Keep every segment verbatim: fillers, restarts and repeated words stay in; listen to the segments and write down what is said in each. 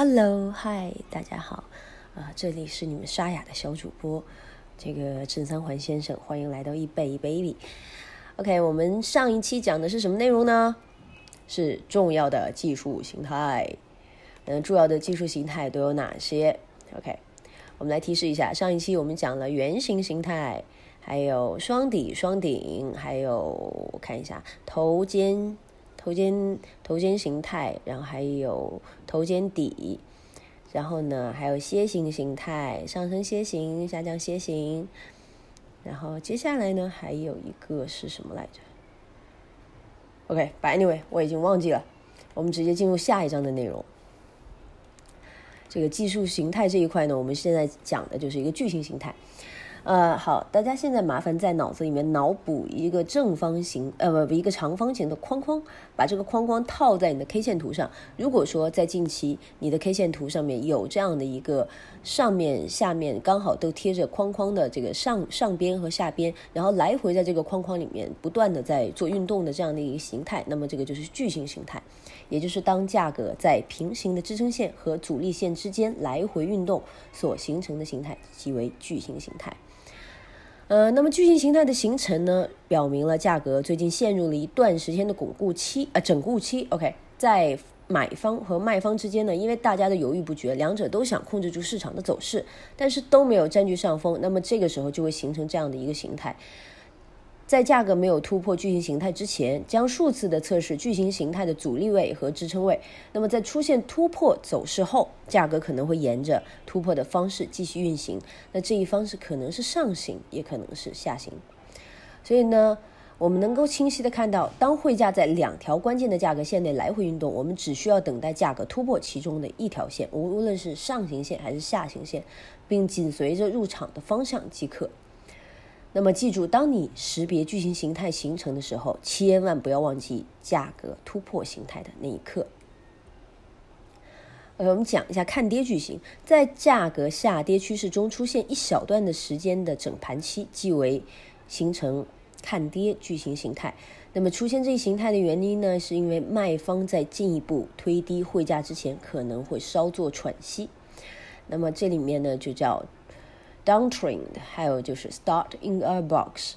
Hello， 嗨，大家好，啊、呃，这里是你们沙哑的小主播，这个郑三环先生，欢迎来到一贝一 baby。OK， 我们上一期讲的是什么内容呢？是重要的技术形态。嗯，重要的技术形态都有哪些 ？OK， 我们来提示一下，上一期我们讲了圆形形态，还有双底、双顶，还有我看一下头肩。头肩头肩形态，然后还有头肩底，然后呢还有楔形形态，上升楔形，下降楔形，然后接下来呢还有一个是什么来着 ？OK， but anyway 我已经忘记了，我们直接进入下一章的内容。这个技术形态这一块呢，我们现在讲的就是一个矩形形态。呃，好，大家现在麻烦在脑子里面脑补一个正方形，呃，不，一个长方形的框框，把这个框框套在你的 K 线图上。如果说在近期你的 K 线图上面有这样的一个上面、下面刚好都贴着框框的这个上上边和下边，然后来回在这个框框里面不断的在做运动的这样的一个形态，那么这个就是矩形形态，也就是当价格在平行的支撑线和阻力线之间来回运动所形成的形态，即为矩形形态。呃，那么矩形形态的形成呢，表明了价格最近陷入了一段时间的巩固期，呃，整固期。OK， 在买方和卖方之间呢，因为大家的犹豫不决，两者都想控制住市场的走势，但是都没有占据上风，那么这个时候就会形成这样的一个形态。在价格没有突破矩形形态之前，将数次的测试矩形形态的阻力位和支撑位。那么在出现突破走势后，价格可能会沿着突破的方式继续运行。那这一方式可能是上行，也可能是下行。所以呢，我们能够清晰的看到，当汇价在两条关键的价格线内来回运动，我们只需要等待价格突破其中的一条线，无论是上行线还是下行线，并紧随着入场的方向即可。那么记住，当你识别矩形形态形成的时候，千万不要忘记价格突破形态的那一刻。呃，我们讲一下看跌矩形，在价格下跌趋势中出现一小段的时间的整盘期，即为形成看跌矩形形态。那么出现这一形态的原因呢，是因为卖方在进一步推低汇价之前可能会稍作喘息。那么这里面呢就叫downtrend， 还有就是 start in a box。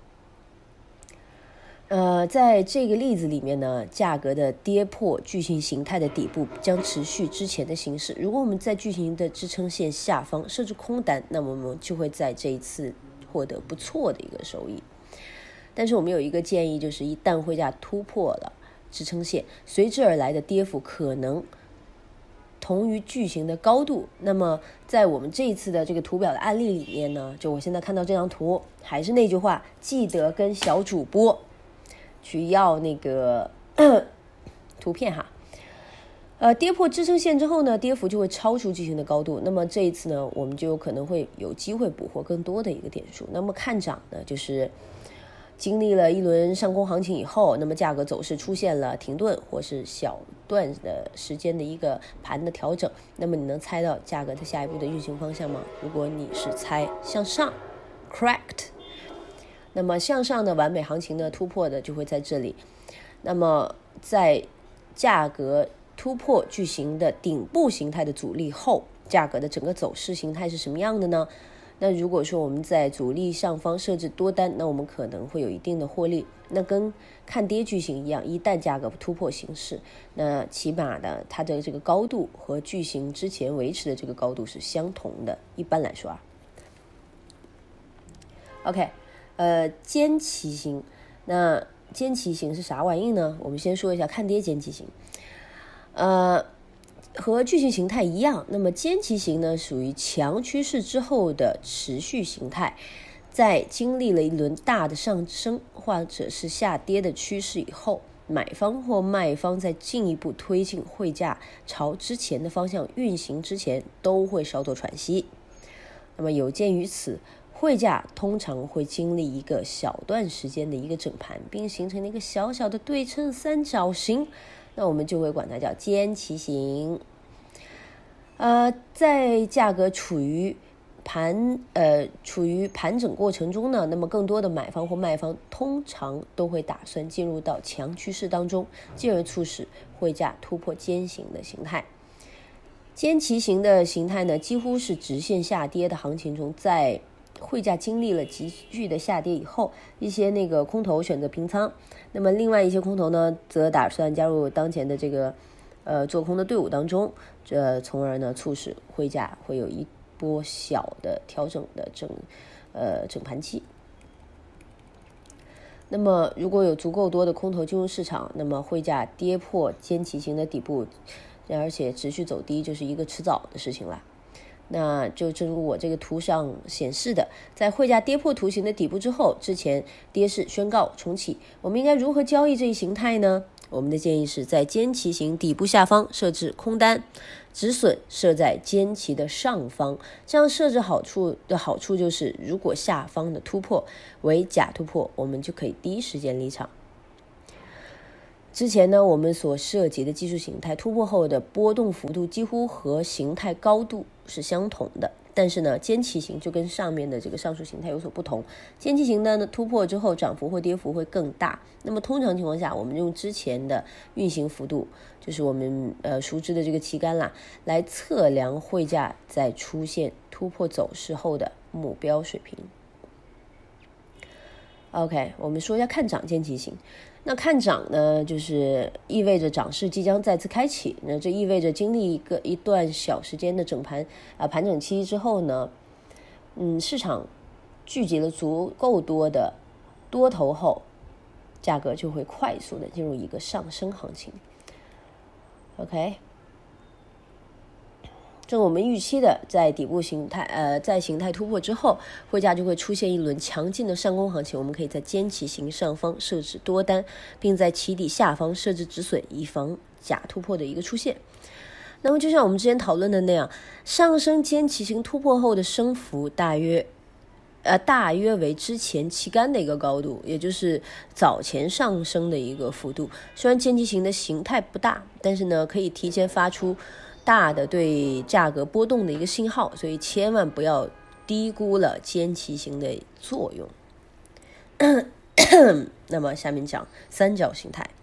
呃，在这个例子里面呢，价格的跌破矩形形态的底部将持续之前的形式。如果我们在矩形的支撑线下方设置空单，那么我们就会在这一次获得不错的一个收益。但是我们有一个建议，就是一旦汇价突破了支撑线，随之而来的跌幅可能同于矩形的高度。那么在我们这一次的这个图表的案例里面呢，就我现在看到这张图，还是那句话，记得跟小主播去要那个图片哈。呃，跌破支撑线之后呢，跌幅就会超出矩形的高度，那么这一次呢，我们就有可能会有机会捕获更多的一个点数。那么看涨呢，就是经历了一轮上攻行情以后，那么价格走势出现了停顿或是小段的时间的一个盘的调整，那么你能猜到价格的下一步的运行方向吗？如果你是猜向上 correct， 那么向上的完美行情的突破的就会在这里。那么在价格突破矩形的顶部形态的阻力后，价格的整个走势形态是什么样的呢？那如果说我们在阻力上方设置多单，那我们可能会有一定的获利。那跟看跌矩形一样，一旦价格突破形式，那起码的它的这个高度和矩形之前维持的这个高度是相同的，一般来说啊。OK， 呃，尖旗形，那尖旗形是啥玩意呢？我们先说一下看跌尖旗形。呃和矩形形态一样，那么尖旗形呢属于强趋势之后的持续形态，在经历了一轮大的上升或者是下跌的趋势以后，买方或卖方在进一步推进汇价朝之前的方向运行之前，都会稍作喘息。那么有鉴于此，汇价通常会经历一个小段时间的一个整盘，并形成了一个小小的对称三角形，那我们就会管它叫尖旗形。呃，在价格处于盘呃处于盘整过程中呢，那么更多的买方或卖方通常都会打算进入到强趋势当中，进而促使汇价突破尖形的形态。 尖旗形的形态呢，几乎是直线下跌的行情中，在汇价经历了急剧的下跌以后，一些那个空头选择平仓，那么另外一些空头呢，则打算加入当前的这个呃做空的队伍当中，这从而呢促使汇价会有一波小的调整的整呃整盘期。那么如果有足够多的空头进入市场，那么汇价跌破尖旗形的底部，而且持续走低，就是一个迟早的事情了。那就正如我这个图上显示的，在汇价跌破图形的底部之后，之前跌势宣告重启，我们应该如何交易这一形态呢？我们的建议是在尖旗形底部下方设置空单，止损设在尖旗的上方。这样设置好处的好处就是，如果下方的突破为假突破，我们就可以第一时间离场。之前呢，我们所涉及的技术形态突破后的波动幅度几乎和形态高度是相同的，但是呢，尖旗形就跟上面的这个上述形态有所不同。尖旗形呢突破之后，涨幅或跌幅会更大。那么通常情况下，我们用之前的运行幅度，就是我们呃熟知的这个旗杆啦，来测量汇价在出现突破走势后的目标水平。OK， 我们说一下看涨尖旗形。那看涨呢，就是意味着涨势即将再次开启。那这意味着经历一个一段小时间的整盘啊盘整期之后呢，嗯，市场聚集了足够多的多头后，价格就会快速的进入一个上升行情。OK。正我们预期的，在底部形态呃在形态突破之后，汇价就会出现一轮强劲的上攻行情。我们可以在尖旗形上方设置多单，并在旗底下方设置止损，以防假突破的一个出现。那么就像我们之前讨论的那样，上升尖旗形突破后的升幅大约呃大约为之前旗杆的一个高度，也就是早前上升的一个幅度。虽然尖旗形的形态不大，但是呢可以提前发出大的对价格波动的一个信号，所以千万不要低估了尖旗形的作用。那么下面讲三角形态，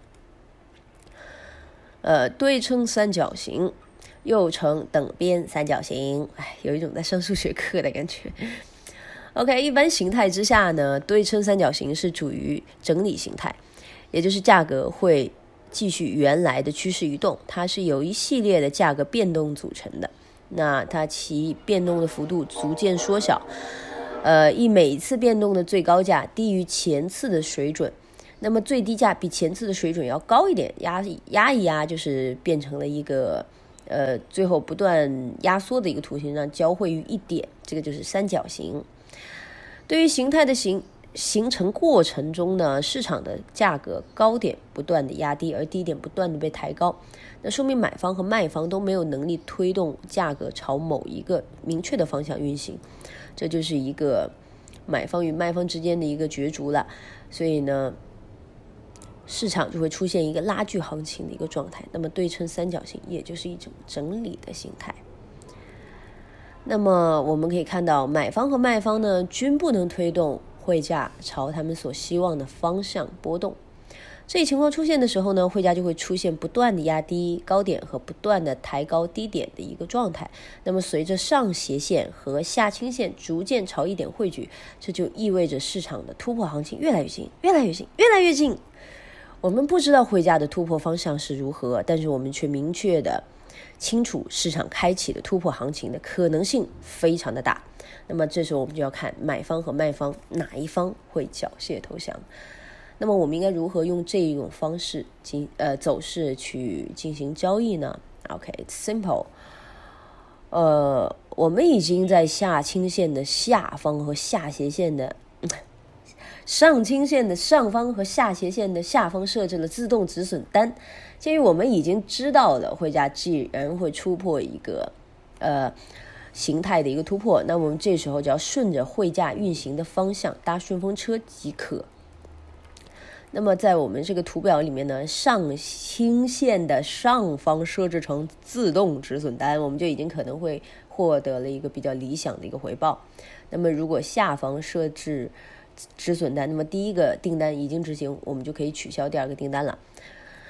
呃，对称三角形又称等边三角形，哎，有一种在上数学课的感觉。OK， 一般形态之下呢，对称三角形是处于整理形态，也就是价格会继续原来的趋势移动，它是由一系列的价格变动组成的。那它其变动的幅度逐渐缩小，呃，以每一次变动的最高价低于前次的水准，那么最低价比前次的水准要高一点，压压一压就是变成了一个呃最后不断压缩的一个图形，让交汇于一点，这个就是三角形。对于形态的形形成过程中呢，市场的价格高点不断的压低，而低点不断的被抬高，那说明买方和卖方都没有能力推动价格朝某一个明确的方向运行，这就是一个买方与卖方之间的一个角逐了。所以呢，市场就会出现一个拉锯行情的一个状态。那么对称三角形也就是一种整理的形态。那么我们可以看到，买方和卖方呢均不能推动汇价朝他们所希望的方向波动。这一情况出现的时候呢，汇价就会出现不断的压低高点和不断的抬高低点的一个状态。那么随着上斜线和下倾线逐渐朝一点汇聚，这就意味着市场的突破行情越来越近，越来越近，越来越近。我们不知道汇价的突破方向是如何，但是我们却明确的清楚市场开启的突破行情的可能性非常的大。那么这时候我们就要看买方和卖方哪一方会缴械投降。那么我们应该如何用这一种方式进呃走势去进行交易呢？ OK, it's simple。 呃，我们已经在下倾线的下方和下斜线的上倾线的上方和下斜线的下方设置了自动止损单。鉴于我们已经知道了汇价既然会突破一个呃形态的一个突破，那我们这时候就要顺着汇价运行的方向搭顺风车即可。那么在我们这个图表里面呢，上倾线的上方设置成自动止损单，我们就已经可能会获得了一个比较理想的一个回报。那么如果下方设置止损单，那么第一个订单已经执行，我们就可以取消第二个订单了。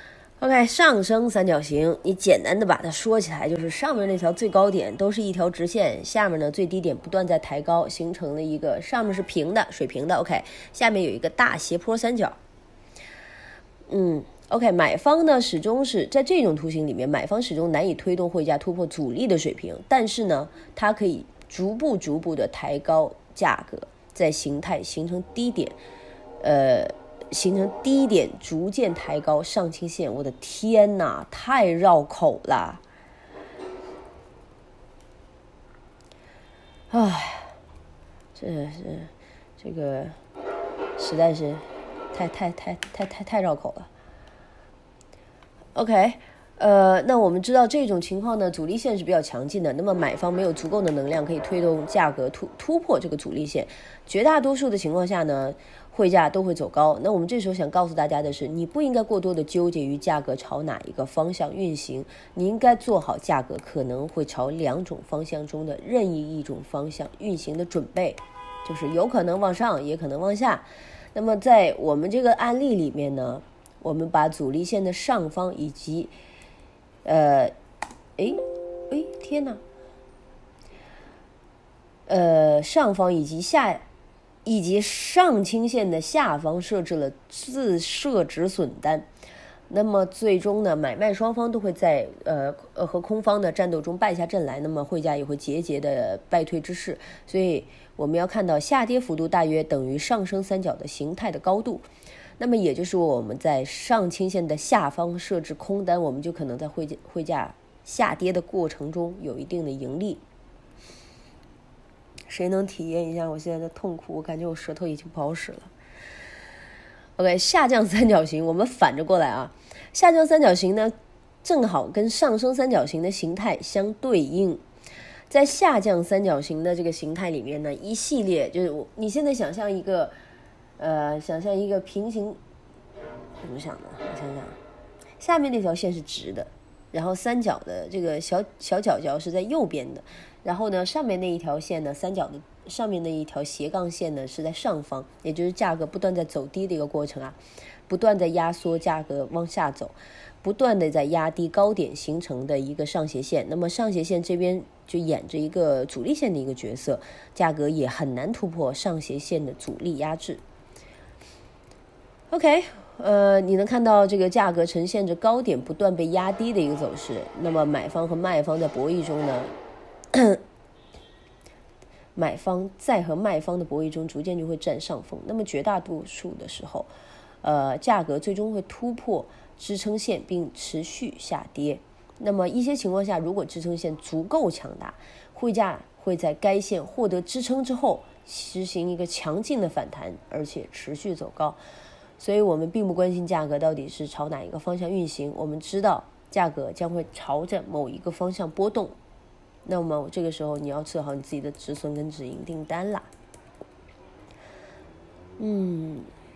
OK， 上升三角形，你简单的把它说起来，就是上面那条最高点都是一条直线，下面呢最低点不断在抬高，形成了一个上面是平的，水平的 OK， 下面有一个大斜坡三角。嗯 OK， 买方呢始终是在这种图形里面，买方始终难以推动汇价突破阻力的水平，但是呢它可以逐步逐步的抬高价格，在形态形成低点，呃形成低点逐渐抬高上清线。我的天哪，太绕口了，唉，这是这个实在是太太太太太太绕口了。 OK， 呃，那我们知道这种情况呢，阻力线是比较强劲的，那么买方没有足够的能量可以推动价格突突破这个阻力线，绝大多数的情况下呢，汇价都会走高。那我们这时候想告诉大家的是，你不应该过多的纠结于价格朝哪一个方向运行，你应该做好价格可能会朝两种方向中的任意一种方向运行的准备，就是有可能往上，也可能往下。那么在我们这个案例里面呢，我们把阻力线的上方以及呃诶诶天哪呃上方以及下以及上清线的下方设置了自设止损单。那么最终呢，买卖双方都会在呃呃和空方的战斗中败下阵来，那么汇价也会节节的败退之势。所以我们要看到下跌幅度大约等于上升三角的形态的高度。那么也就是说，我们在上清线的下方设置空单，我们就可能在汇价汇价下跌的过程中有一定的盈利。谁能体验一下我现在的痛苦？我感觉我舌头已经不好使了。OK， 下降三角形，我们反着过来啊。下降三角形呢，正好跟上升三角形的形态相对应。在下降三角形的这个形态里面呢，一系列就是我你现在想象一个。呃，想象一个平行，怎么想的？我想想，下面那条线是直的，然后三角的这个小小角角是在右边的，然后呢，上面那一条线呢，三角的上面那一条斜杠线呢是在上方，也就是价格不断在走低的一个过程啊，不断在压缩价格往下走，不断的在压低高点形成的一个上斜线。那么上斜线这边就演着一个阻力线的一个角色，价格也很难突破上斜线的阻力压制。OK， 呃，你能看到这个价格呈现着高点不断被压低的一个走势。那么买方和卖方在博弈中呢，买方在和卖方的博弈中逐渐就会占上风。那么绝大多数的时候，呃，价格最终会突破支撑线并持续下跌。那么一些情况下，如果支撑线足够强大，汇价会在该线获得支撑之后实行一个强劲的反弹，而且持续走高。所以我们并不关心价格到底是朝哪一个方向运行，我们知道价格将会朝着某一个方向波动。那么这个时候你要设好你自己的止损跟止盈订单啦。嗯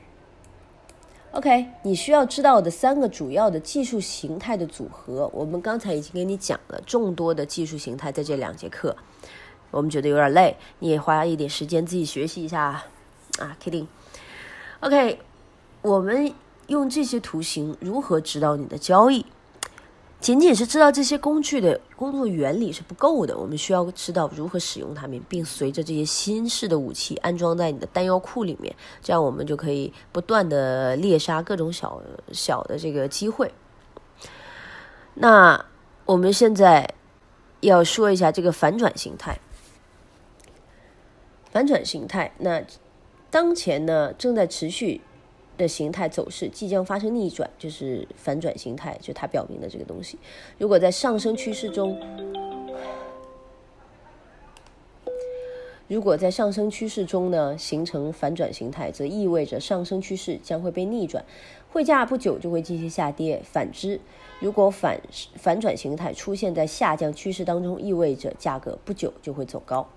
OK， 你需要知道的三个主要的技术形态的组合，我们刚才已经给你讲了众多的技术形态，在这两节课我们觉得有点累，你也花一点时间自己学习一下啊 kidding OK，我们用这些图形如何指导你的交易？仅仅是知道这些工具的工作原理是不够的，我们需要知道如何使用它们，并随着这些新式的武器安装在你的弹药库里面，这样我们就可以不断的猎杀各种小小的这个机会。那我们现在要说一下这个反转形态。反转形态，那当前呢正在持续的形态走势即将发生逆转，就是反转形态，就它表明的这个东西。如果在上升趋势中，如果在上升趋势中呢形成反转形态，则意味着上升趋势将会被逆转，汇价不久就会进行下跌。反之，如果反反转形态出现在下降趋势当中，意味着价格不久就会走高。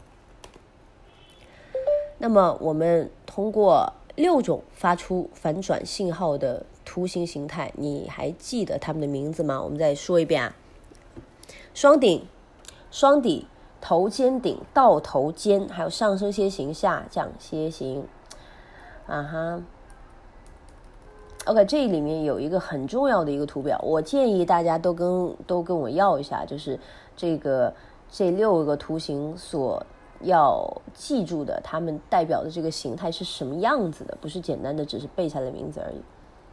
那么我们通过六种发出反转信号的图形形态，你还记得它们的名字吗？我们再说一遍啊：双顶、双底、头肩顶、倒头肩，还有上升楔形、下降楔形。啊哈 OK， 这里面有一个很重要的一个图表，我建议大家都跟都跟我要一下，就是这个这六个图形所要记住的，它们代表的这个形态是什么样子的，不是简单的只是背下来名字而已。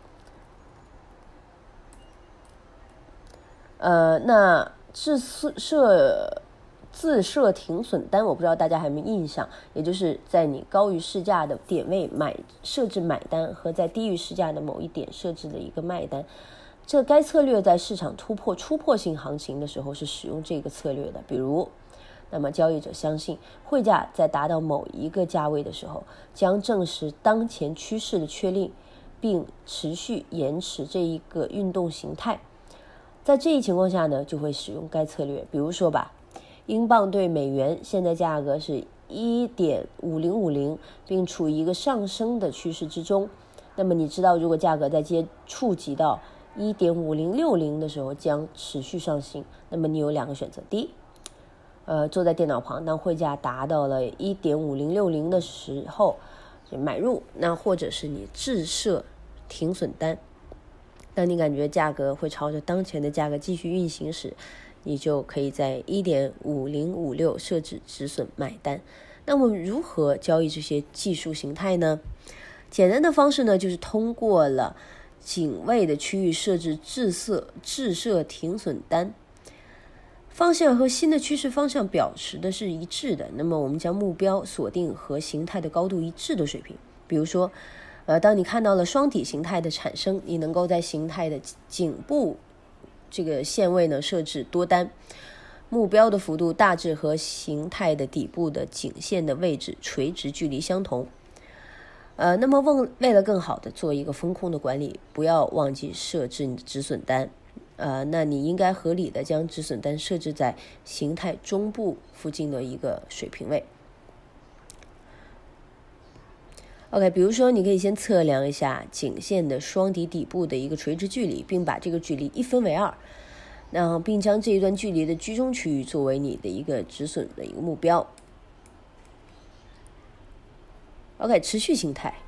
呃，那自设自设停损单，我不知道大家还有没有印象，也就是在你高于市价的点位买设置买单，和在低于市价的某一点设置的一个卖单。这该策略在市场突破突破性行情的时候是使用这个策略的。比如，那么交易者相信汇价在达到某一个价位的时候，将证实当前趋势的确立，并持续延迟这一个运动形态。在这一情况下呢，就会使用该策略。比如说吧，英镑对美元现在价格是 一点五零五零， 并处于一个上升的趋势之中。那么你知道，如果价格在接触及到 一点五零六零 的时候将持续上行。那么你有两个选择，第一，呃，坐在电脑旁，当汇价达到了 一点五零六零 的时候就买入，那或者是你自设停损单。当你感觉价格会朝着当前的价格继续运行时，你就可以在 一点五零五六 设置止损买单。那么如何交易这些技术形态呢？简单的方式呢，就是通过了警卫的区域设置自设自设停损单。方向和新的趋势方向表示的是一致的，那么我们将目标锁定和形态的高度一致的水平。比如说呃，当你看到了双底形态的产生，你能够在形态的颈部这个线位呢设置多单，目标的幅度大致和形态的底部的颈线的位置垂直距离相同。呃，那么为为了更好的做一个风控的管理，不要忘记设置你的止损单。呃，那你应该合理的将止损单设置在形态中部附近的一个水平位。OK， 比如说你可以先测量一下颈线的双底底部的一个垂直距离，并把这个距离一分为二，然后并将这一段距离的居中区域作为你的一个止损的一个目标。OK， 持续形态。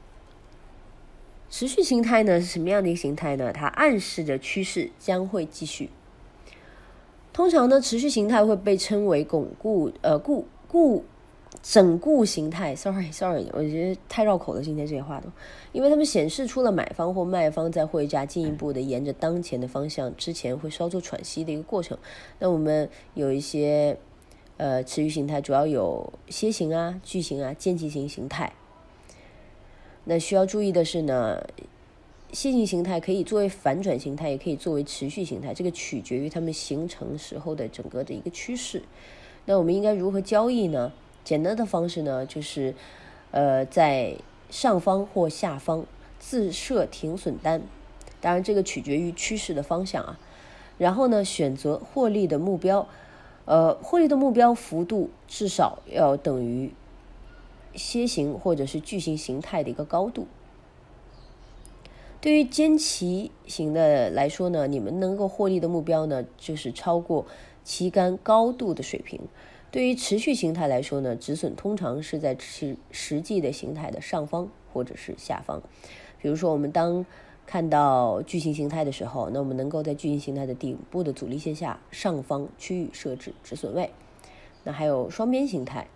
持续形态呢是什么样的一个形态呢？它暗示着趋势将会继续。通常呢，持续形态会被称为巩固呃固固整固形态 sorry sorry 我觉得太绕口了，今天这些话都，因为他们显示出了买方或卖方在汇价进一步的沿着当前的方向之前会稍作喘息的一个过程。那我们有一些呃持续形态，主要有楔形啊、矩形啊、间隙型形态。那需要注意的是呢，楔形形态可以作为反转形态，也可以作为持续形态，这个取决于它们形成时候的整个的一个趋势。那我们应该如何交易呢？简单的方式呢，就是呃在上方或下方自设停损单，当然这个取决于趋势的方向啊。然后呢，选择获利的目标，呃获利的目标幅度至少要等于楔形或者是矩形形态的一个高度。对于间隙型的来说呢，你们能够获利的目标呢，就是超过旗杆高度的水平。对于持续形态来说呢，止损通常是在实实际的形态的上方或者是下方。比如说我们当看到矩形形态的时候，那我们能够在矩形形态的顶部的阻力线下上方区域设置止损位。那还有双边形态，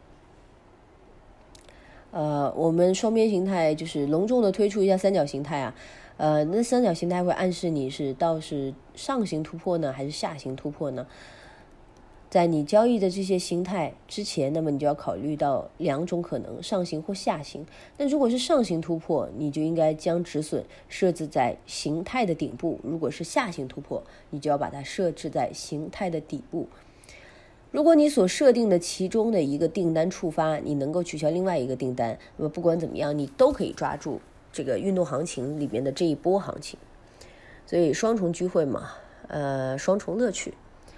呃，我们双边形态就是隆重的推出一下三角形态啊，呃，那三角形态会暗示你是到是上行突破呢，还是下行突破呢？在你交易的这些形态之前，那么你就要考虑到两种可能，上行或下行。那如果是上行突破，你就应该将止损设置在形态的顶部；如果是下行突破，你就要把它设置在形态的底部。如果你所设定的其中的一个订单触发，你能够取消另外一个订单，那么不管怎么样，你都可以抓住这个运动行情里面的这一波行情。所以双重聚会嘛，呃，双重乐趣。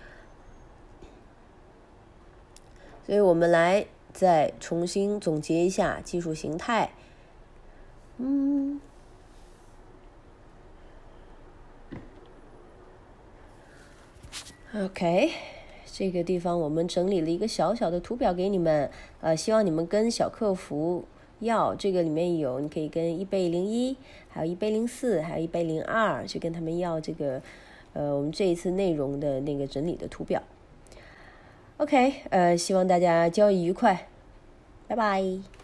所以我们来再重新总结一下技术形态。嗯，OK， 这个地方我们整理了一个小小的图表给你们，呃，希望你们跟小客服要，这个里面有你可以跟易贝零一，还有易贝零四，还有易贝零二去跟他们要这个呃我们这一次内容的那个整理的图表。OK， 呃，希望大家交易愉快，拜拜。